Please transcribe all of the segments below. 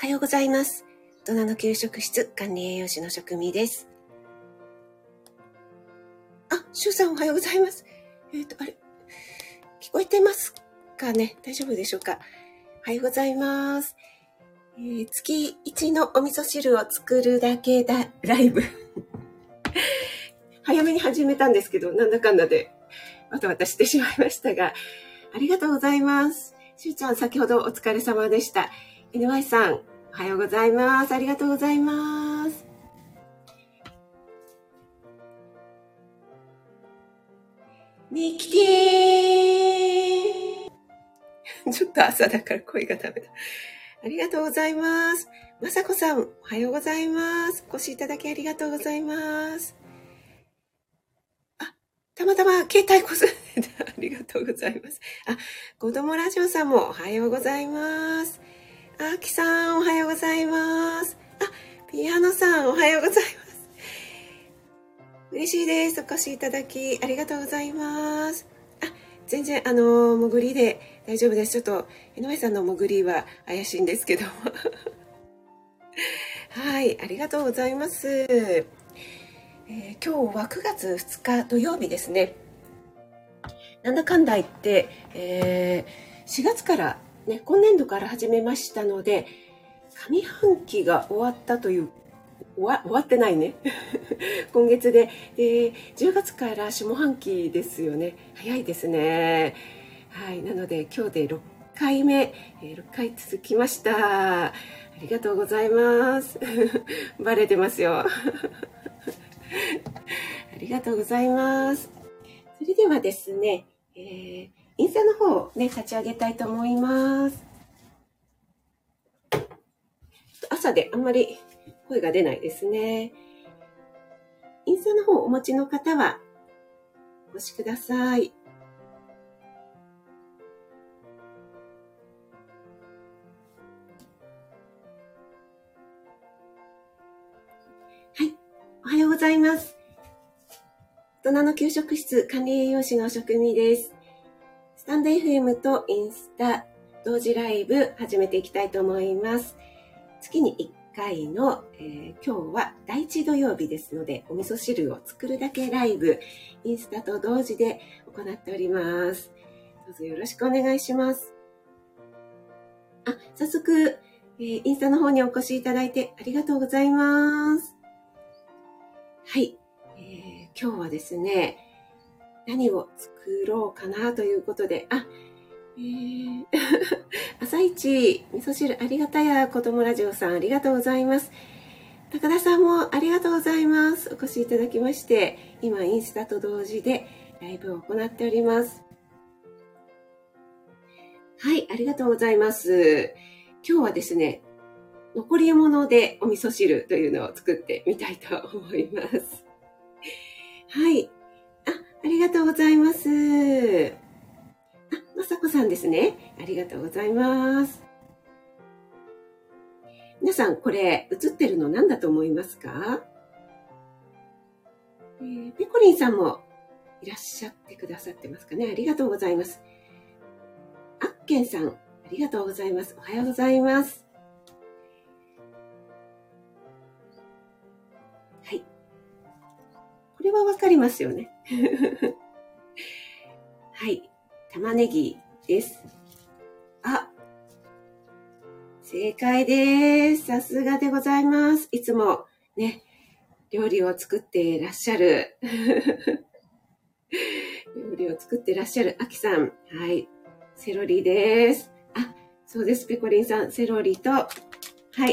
はようございます。大人の給食室管理栄養士の職味です。しゅうさんおはようございます。あれ、聞こえてますかね？大丈夫でしょうか？おはようございます。月1のお味噌汁を作るだけだライブ。早めに始めたんですけど、なんだかんだでわたわたしてしまいましたが、ありがとうございます。しゅうちゃん、先ほどお疲れ様でした。NY さん、おはようございます。ありがとうございます。ミキティーちょっと朝だから声がダメだ。ありがとうございます。まさこさん、おはようございます。お越しいただきありがとうございます。たまたま携帯こすってた。ありがとうございます。子供ラジオさんもおはようございます。あきさん、おはようございます。ピアノさん、おはようございます。嬉しいです。お越しいただきありがとうございます。全然潜りで大丈夫です。ちょっと井上さんの潜りは怪しいんですけどはい、ありがとうございます。今日は9月2日土曜日ですね。なんだかんだ言って、4月からね、今年度から始めましたので、上半期が終わったという終わってないね今月で、10月から下半期ですよね。早いですね。はい、なので今日で6回目、6回続きました。ありがとうございますバレてますよありがとうございます。それではですね、インスタの方をね、立ち上げたいと思います。朝であんまり声が出ないですね。インスタの方をお持ちの方はお越しください。はい、おはようございます。大人の給食室管理栄養士の職味です。スタンド FM とインスタ同時ライブ始めていきたいと思います。月に1回の、今日は第1土曜日ですので、お味噌汁を作るだけライブ、インスタと同時で行っております。どうぞよろしくお願いします。早速、インスタの方にお越しいただいてありがとうございます。はい、今日はですね、何を作ろうかなということで、朝一味噌汁ありがたや子供ラジオさんありがとうございます。高田さんもありがとうございます。お越しいただきまして、今インスタと同時でライブを行っております。はい、ありがとうございます。今日はですね、残り物でお味噌汁というのを作ってみたいと思います。はい。ありがとうございます。まさこさんですね。ありがとうございます。皆さん、これ、映ってるの何だと思いますか？ペコリンさんもいらっしゃってくださってますかね。ありがとうございます。あっけんさん、ありがとうございます。おはようございます。はい。これはわかりますよね。はい。玉ねぎです。正解です。さすがでございます。いつもね、料理を作っていらっしゃる。料理を作っていらっしゃるあきさん。はい。セロリです。そうです。ペコリンさん。セロリと、はい。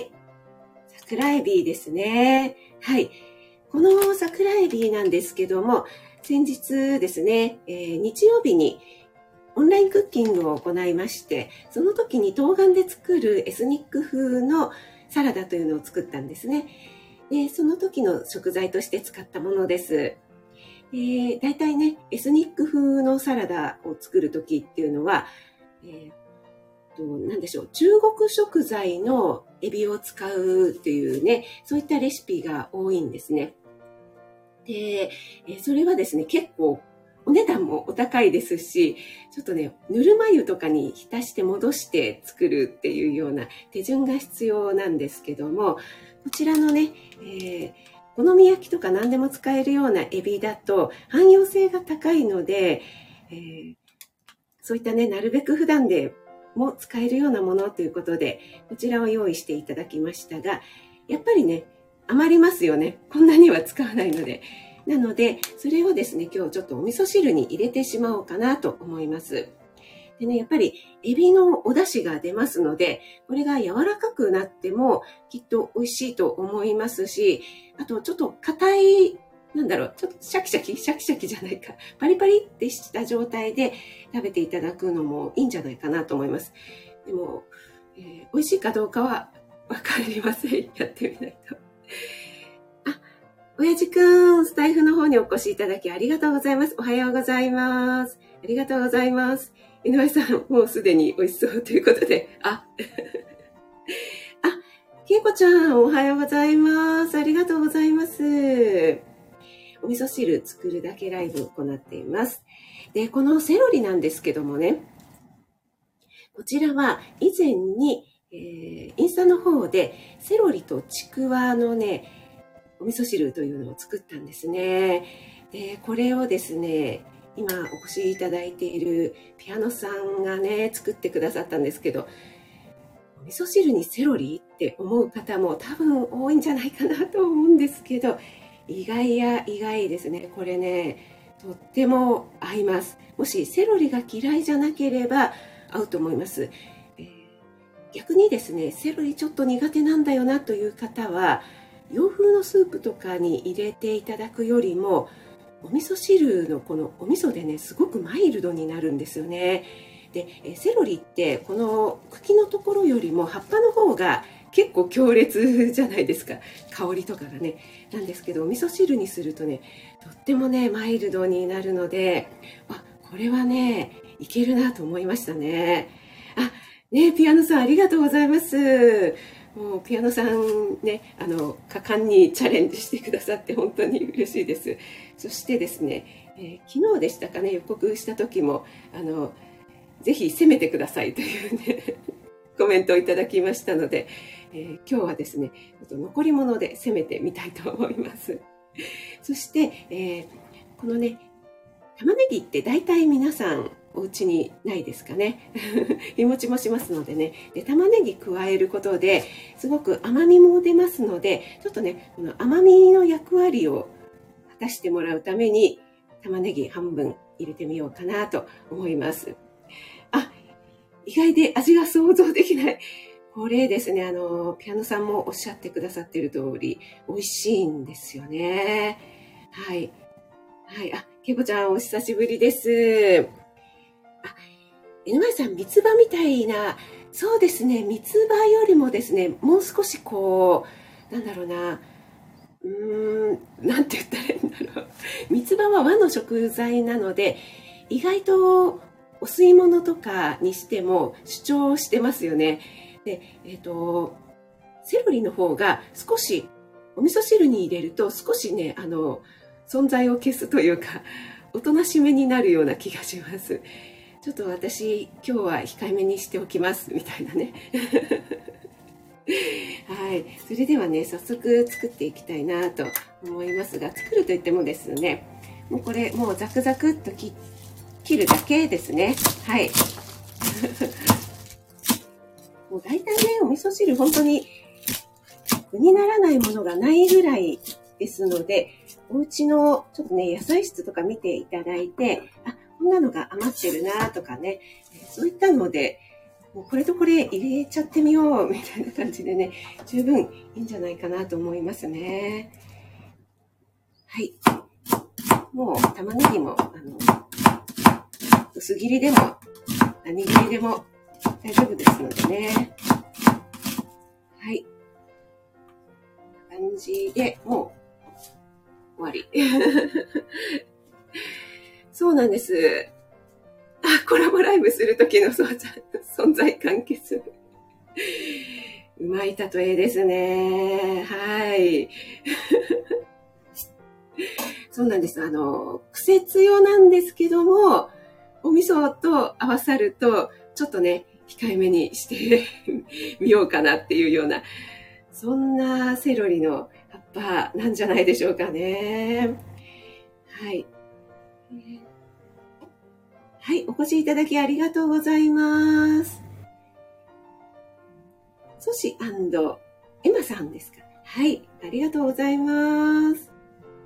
桜エビですね。はい。この桜エビなんですけども、先日ですね、日曜日にオンラインクッキングを行いまして、その時に冬瓜で作るエスニック風のサラダというのを作ったんですね。で、その時の食材として使ったものです。だいたいね、エスニック風のサラダを作る時っていうのは、何でしょう、中国食材のエビを使うっていうね、そういったレシピが多いんですね。で、それはですね、結構お値段もお高いですし、ちょっとね、ぬるま湯とかに浸して戻して作るっていうような手順が必要なんですけども、こちらのね、お好み焼きとか何でも使えるようなエビだと汎用性が高いので、そういったね、なるべく普段でも使えるようなものということで、こちらを用意していただきましたが、やっぱりね、余りますよね。こんなには使わないので。なので、それをですね、今日ちょっとお味噌汁に入れてしまおうかなと思います。でね、やっぱりエビのお出汁が出ますので、これが柔らかくなってもきっと美味しいと思いますし、あとちょっと硬い、なんだろう、ちょっとシャキシャキじゃないか、パリパリってした状態で食べていただくのもいいんじゃないかなと思います。でも、美味しいかどうかはわかりません。やってみないと。あ、親父くん、スタイフの方にお越しいただきありがとうございます。おはようございます。ありがとうございます。井上さん、もうすでに美味しそうということで、けいこちゃん、おはようございます。ありがとうございます。お味噌汁作るだけライブを行っています。で、このセロリなんですけどもね、こちらは以前に、インスタの方でセロリとちくわのね、お味噌汁というのを作ったんですね。で、これをですね、今お越しいただいているピアノさんがね、作ってくださったんですけど、お味噌汁にセロリって思う方も多分多いんじゃないかなと思うんですけど、意外や意外ですね。これね、とっても合います。もしセロリが嫌いじゃなければ合うと思います。逆にですね、セロリちょっと苦手なんだよなという方は、洋風のスープとかに入れていただくよりも、お味噌汁のこのお味噌でね、すごくマイルドになるんですよね。で、セロリってこの茎のところよりも葉っぱの方が結構強烈じゃないですか。香りとかがね。なんですけど、お味噌汁にするとね、とってもね、マイルドになるので、これはね、いけるなと思いましたね。ね、ピアノさんありがとうございます。もうピアノさんね、果敢にチャレンジしてくださって本当に嬉しいです。そしてですね、昨日でしたかね、予告した時も、ぜひ攻めてくださいというね、コメントをいただきましたので、今日はですね、残り物で攻めてみたいと思います。そして、このね、玉ねぎって大体皆さんお家にないですかね。日持ちもしますのでね。で、玉ねぎ加えることですごく甘みも出ますので、ちょっとね、この甘みの役割を果たしてもらうために玉ねぎ半分入れてみようかなと思います。意外で味が想像できない。これですね、ピアノさんもおっしゃってくださっている通り、美味しいんですよね。はい。はい。けいこちゃんお久しぶりです。NY さん、三つ葉みたいな、そうですね、三つ葉よりもですね、もう少しこう、なんだろうな、なんて言ったらいいんだろう。三つ葉は和の食材なので、意外とお吸い物とかにしても主張してますよね。で、セロリの方が少し、お味噌汁に入れると少しね、存在を消すというか、おとなしめになるような気がします。ちょっと私、今日は控えめにしておきます、みたいなね。はい。それではね、早速作っていきたいなと思いますが、作るといってもですね、もうこれ、もうザクザクっと切るだけですね。はい。もう大体ね、お味噌汁本当に具にならないものがないぐらいですので、お家のちょっとね、野菜室とか見ていただいて、こんなのが余ってるなとかね、そういったので、もうこれとこれ入れちゃってみようみたいな感じでね、十分いいんじゃないかなと思いますね。はい。もう玉ねぎも、薄切りでも、何切りでも大丈夫ですのでね。はい。こんな感じで、もう終わり。そうなんです。コラボライブするときの存在感消す。うまい例えですね。はい。 そうなんです。癖強なんですけども、お味噌と合わさると、ちょっとね、控えめにしてみようかなっていうような、そんなセロリの葉っぱなんじゃないでしょうかね。はい。はい、お越しいただきありがとうございます。ソシ&エマさんですか。はい、ありがとうございます。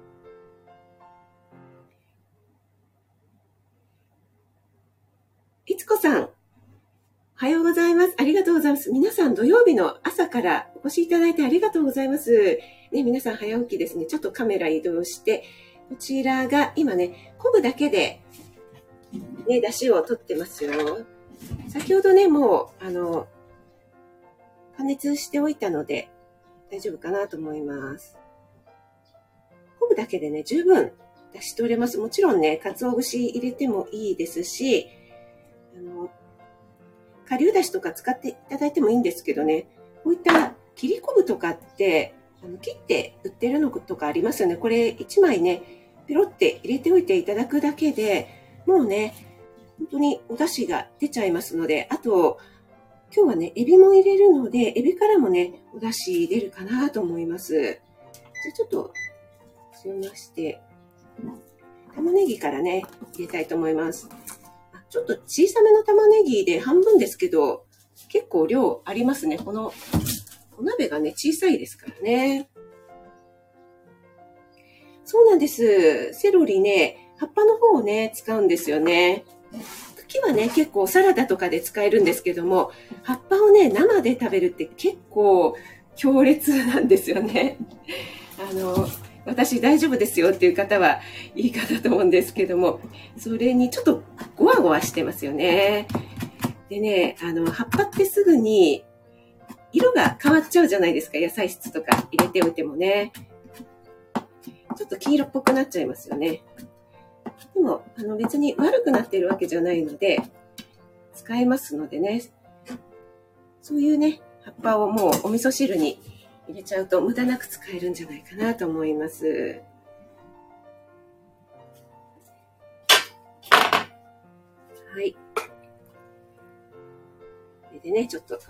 いつこさん、おはようございます。ありがとうございます。皆さん土曜日の朝からお越しいただいてありがとうございます。ね、皆さん早起きですね。ちょっとカメラ移動して、こちらが今ね、昆布だけで、ね、出汁を取ってますよ。先ほどね、もう、加熱しておいたので、大丈夫かなと思います。昆布だけでね、十分出し取れます。もちろんね、鰹節入れてもいいですし、顆粒だしとか使っていただいてもいいんですけどね、こういった切り昆布とかって、切って売ってるのとかありますよね。これ1枚ね、ペロって入れておいていただくだけで、もうね、本当にお出汁が出ちゃいますので、あと、今日はね、エビも入れるので、エビからもね、お出汁出るかなと思います。じゃあちょっと、すみまして、玉ねぎからね、入れたいと思います。ちょっと小さめの玉ねぎで半分ですけど、結構量ありますね。このお鍋がね、小さいですからね。そうなんです。セロリね、葉っぱの方をね、使うんですよね。茎はね、結構サラダとかで使えるんですけども、葉っぱをね、生で食べるって結構強烈なんですよね。私大丈夫ですよっていう方はいいかなと思うんですけども、それにちょっとゴワゴワしてますよね。でね、葉っぱってすぐに色が変わっちゃうじゃないですか。野菜室とか入れておいてもね。ちょっと黄色っぽくなっちゃいますよね。でも、別に悪くなっているわけじゃないので、使えますのでね。そういうね、葉っぱをもうお味噌汁に入れちゃうと無駄なく使えるんじゃないかなと思います。はい。これでね、ちょっと、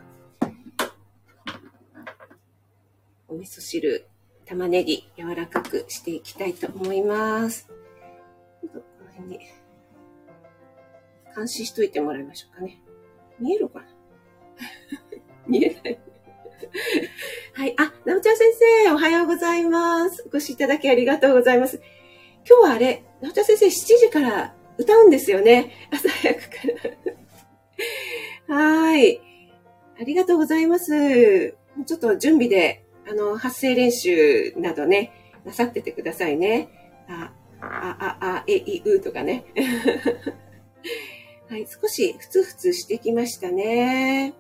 お味噌汁、玉ねぎ、柔らかくしていきたいと思います。この辺に、監視しといてもらいましょうかね。見えるかな見えない。はい。あ、なおちゃん先生、おはようございます。お越しいただきありがとうございます。今日はあれ、なおちゃん先生、7時から歌うんですよね。朝早くから。はい。ありがとうございます。ちょっと準備で、発声練習などね、なさっててくださいね。い、うとかね。はい、少しふつふつしてきましたね。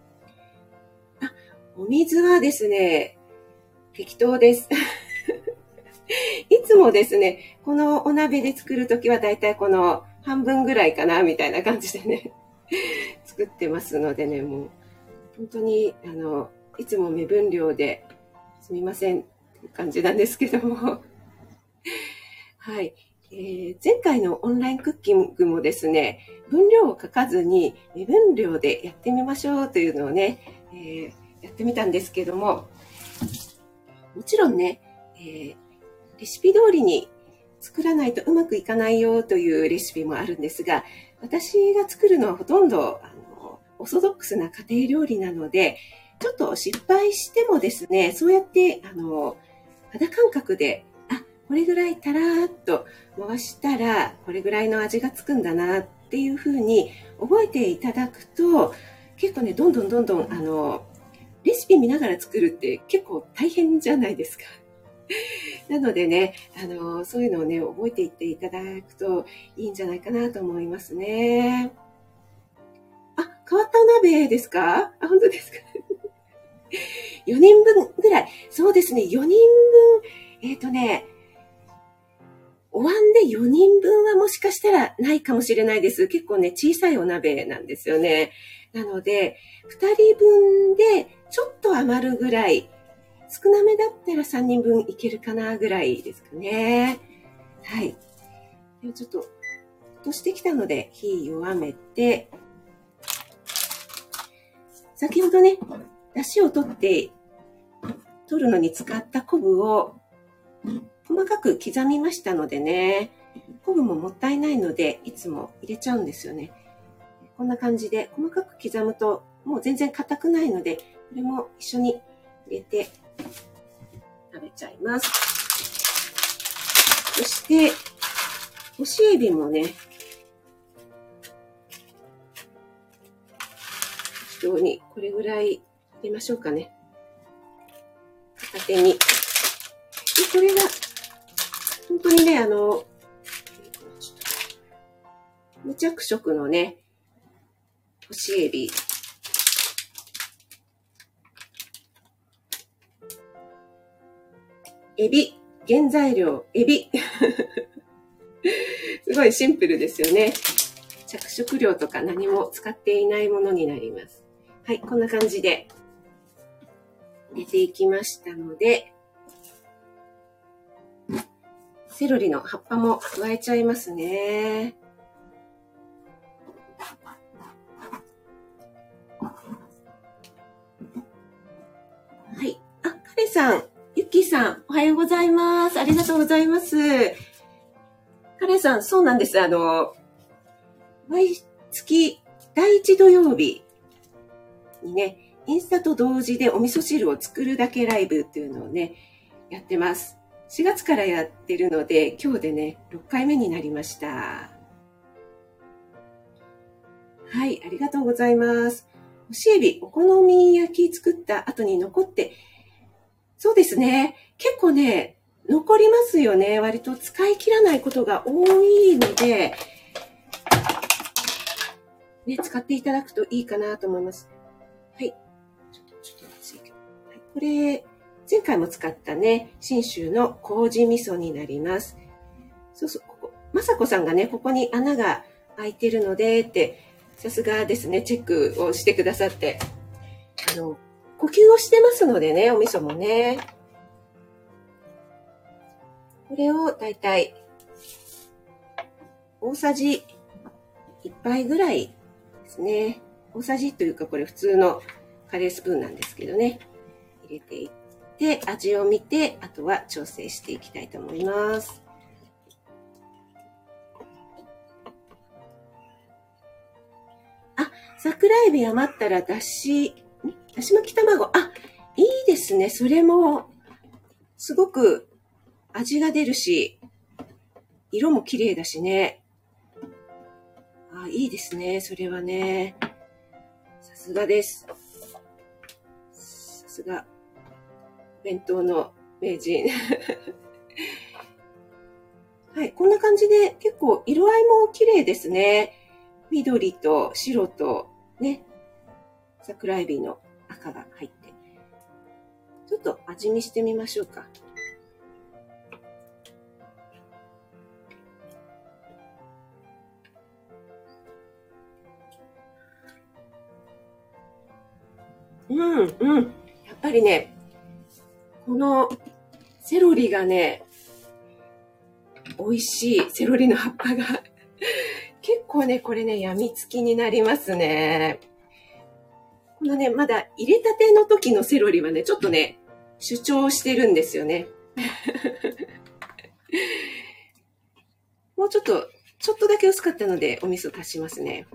お水はですね、適当です。いつもですね、このお鍋で作るときはだいたいこの半分ぐらいかな、みたいな感じでね、作ってますのでね、もう、本当に、いつも目分量ですみませんっていう感じなんですけども。はい。前回のオンラインクッキングもですね、分量を書かずに目分量でやってみましょうというのをね、やってみたんですけども、もちろんね、レシピ通りに作らないとうまくいかないよというレシピもあるんですが、私が作るのはほとんどオーソドックスな家庭料理なので、ちょっと失敗してもですね、そうやって肌感覚で、これぐらいたらーっと回したら、これぐらいの味がつくんだなっていう風に覚えていただくと、結構ね、どんどんレシピ見ながら作るって結構大変じゃないですか。なのでね、そういうのをね、覚えていっていただくといいんじゃないかなと思いますね。変わったお鍋ですか？本当ですか？4人分ぐらい。そうですね、4人分、お椀で4人分はもしかしたらないかもしれないです。結構ね、小さいお鍋なんですよね。なので、2人分でちょっと余るぐらい、少なめだったら3人分いけるかなぐらいですかね。 はい。でちょっと、沸騰してきたので、火弱めて、先ほどね、出汁を取るのに使った昆布を細かく刻みましたのでね、昆布ももったいないので、いつも入れちゃうんですよね。こんな感じで細かく刻むと、もう全然硬くないので、これも一緒に入れて食べちゃいます。そして、干しエビもね、適当にこれぐらい入れましょうかね。片手に。でこれが、本当にね、無着色のね、干しエビ。エビ。原材料、エビ。すごいシンプルですよね。着色料とか何も使っていないものになります。はい、こんな感じで入れていきましたので、セロリの葉っぱも加えちゃいますね。はい。あ、カレさん、ユッキーさん、おはようございます。ありがとうございます。カレさん、そうなんです。毎月第1土曜日にね、インスタと同時でお味噌汁を作るだけライブっていうのをね、やってます。4月からやってるので、今日でね、6回目になりました。はい、ありがとうございます。干しエビ、お好み焼き作った後に残って、そうですね、結構ね、残りますよね。割と使い切らないことが多いので、ね、使っていただくといいかなと思います。はい。ちょっと熱いけど。はい、これ、前回も使ったね、信州の麹味噌になります。そうそう、ここ、まさこさんがね、ここに穴が開いてるので、って、さすがですね、チェックをしてくださって。呼吸をしてますのでね、お味噌もね。これをだいたい大さじ1杯ぐらいですね。大さじというかこれ普通のカレースプーンなんですけどね。入れていって、味を見て、あとは調整していきたいと思います。あ、桜エビ余ったらだし巻き卵。あ、いいですね。それも、すごく味が出るし、色も綺麗だしね。あ、いいですね。それはね。さすがです。さすが、弁当の名人。はい、こんな感じで結構色合いも綺麗ですね。緑と白とね、桜エビの赤が入って。ちょっと味見してみましょうか。うん、うん。やっぱりね、このセロリがね、美味しい。セロリの葉っぱが。結構ね、これね、病みつきになりますね。このね、まだ入れたての時のセロリはね、ちょっとね、主張してるんですよね。もうちょっとだけ薄かったので、お味噌足しますね。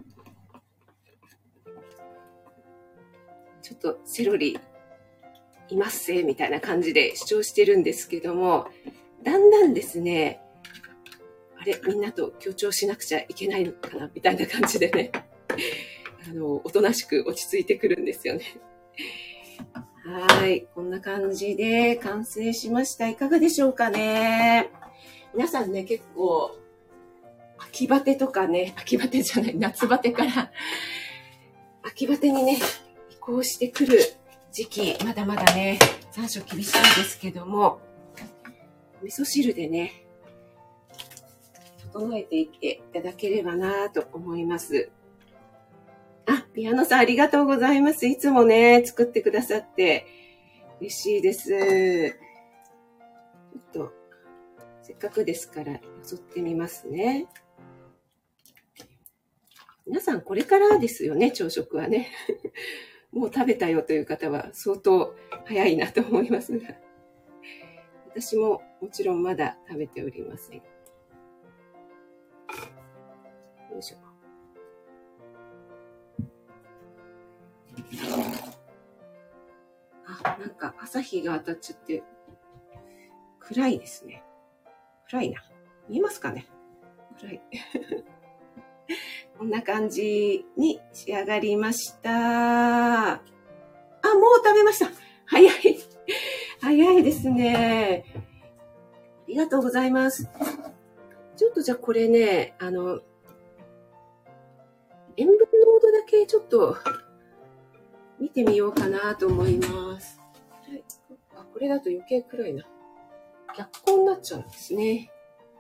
ちょっとセロリいますせみたいな感じで主張してるんですけども、だんだんですね、あれ、みんなと協調しなくちゃいけないのかなみたいな感じでね、おとなしく落ち着いてくるんですよね。はい、こんな感じで完成しました。いかがでしょうかね。皆さんね、結構、秋バテとかね、秋バテじゃない、夏バテから秋バテにね、移行してくる時期、まだまだね、残暑厳しいですけども、味噌汁でね、整えていっていただければなと思います。あ、ピアノさんありがとうございます。いつもね、作ってくださって嬉しいです。ちょっとせっかくですから、よそってみますね。皆さんこれからですよね、朝食はね。もう食べたよという方は相当早いなと思いますが。私ももちろんまだ食べておりません。よいしょ。なんか朝日が当たっちゃって暗いですね。暗いな。見えますかね？暗い。こんな感じに仕上がりました。もう食べました。早い。早いですね。ありがとうございます。ちょっとじゃあこれね、塩分濃度だけちょっと見てみようかなと思います。これだと余計暗いな。逆光になっちゃうんですね。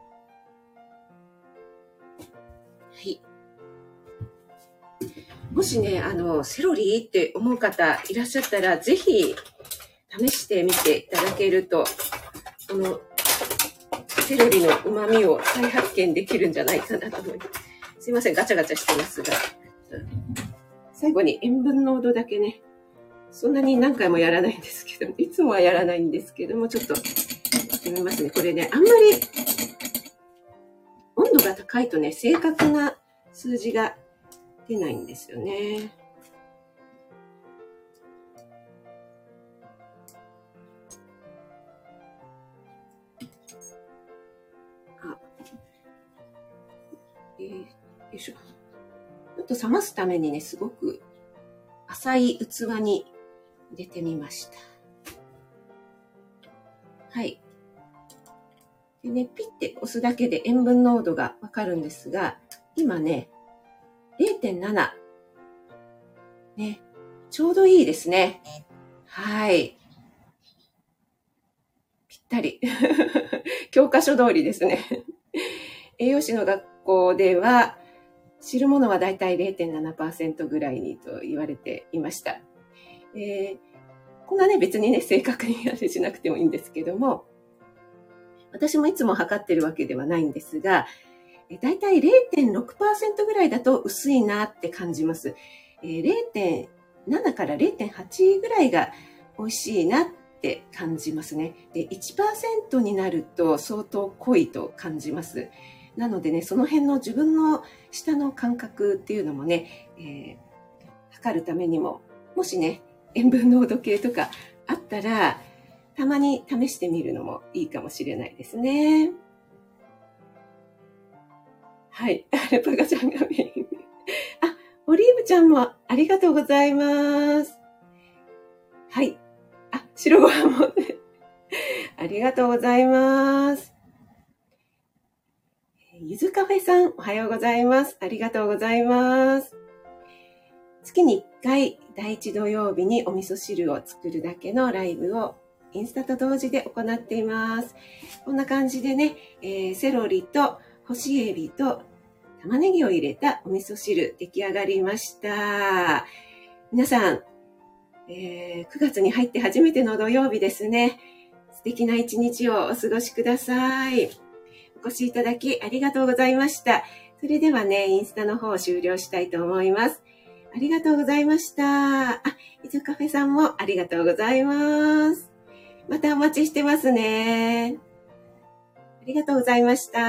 はい。もしね、セロリって思う方いらっしゃったら、ぜひ試してみていただけると、このセロリの旨味を再発見できるんじゃないかなと思います。すいません、ガチャガチャしてますが。最後に塩分濃度だけね、そんなに何回もやらないんですけど、いつもはやらないんですけども、ちょっとやってみますね。これね、あんまり温度が高いとね、正確な数字が出ないんですよね。よいしょ。ちょっと冷ますためにね、すごく浅い器に入れてみました。はい。でね、ピッて押すだけで塩分濃度がわかるんですが、今ね、0.7。ね、ちょうどいいですね。はい。ぴったり。教科書通りですね。栄養士の学校では、汁物はだいたい 0.7% ぐらいにと言われていました。こんなね、別にね、正確にあれしなくてもいいんですけども、私もいつも測ってるわけではないんですが、だいたい 0.6% ぐらいだと薄いなって感じます。0.7 から 0.8 ぐらいが美味しいなって感じますね。で、1% になると相当濃いと感じます。なのでね、その辺の自分の舌の感覚っていうのもね、測るためにも、もしね、塩分濃度計とかあったら、たまに試してみるのもいいかもしれないですね。はい。アルパカちゃんがメイン。オリーブちゃんもありがとうございます。はい。白ご飯もね。ありがとうございます。ゆずカフェさん、おはようございます。ありがとうございます。月に1回、第1土曜日にお味噌汁を作るだけのライブをインスタと同時で行っています。こんな感じでね、セロリと干しエビと玉ねぎを入れたお味噌汁出来上がりました。皆さん、9月に入って初めての土曜日ですね。素敵な一日をお過ごしください。お越しいただきありがとうございました。それではね、インスタの方を終了したいと思います。ありがとうございました。伊豆カフェさんもありがとうございます。またお待ちしてますね。ありがとうございました。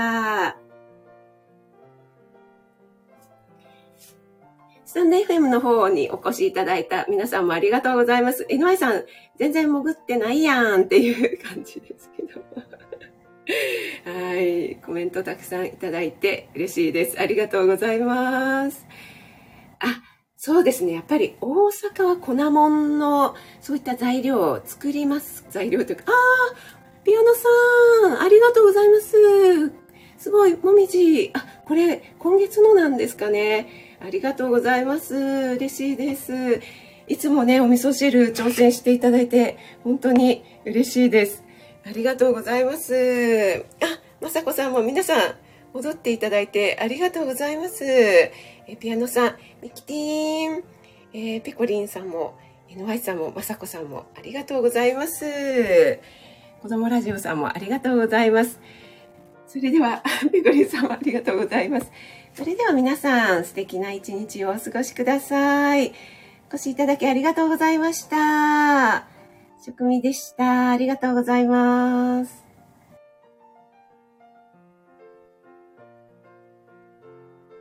スタンド FM の方にお越しいただいた皆さんもありがとうございます。NY さん、全然潜ってないやんっていう感じですけど。はい。コメントたくさんいただいて嬉しいです。ありがとうございます。そうですね。やっぱり大阪は粉もんのそういった材料を作ります。材料というか、ピアノさん、ありがとうございます。すごい、もみじ。これ、今月のなんですかね。ありがとうございます。嬉しいです。いつもね、お味噌汁挑戦していただいて、本当に嬉しいです。ありがとうございます。まさこさんも皆さん、戻っていただいてありがとうございます。ピアノさん、ミキティーン、ペコリンさんも、NY さんも、まさこさんもありがとうございます。子供ラジオさんもありがとうございます。 それでは、ペコリンさんもありがとうございます。それでは皆さん、素敵な一日をお過ごしください。お越しいただきありがとうございました。食味でした。ありがとうございます。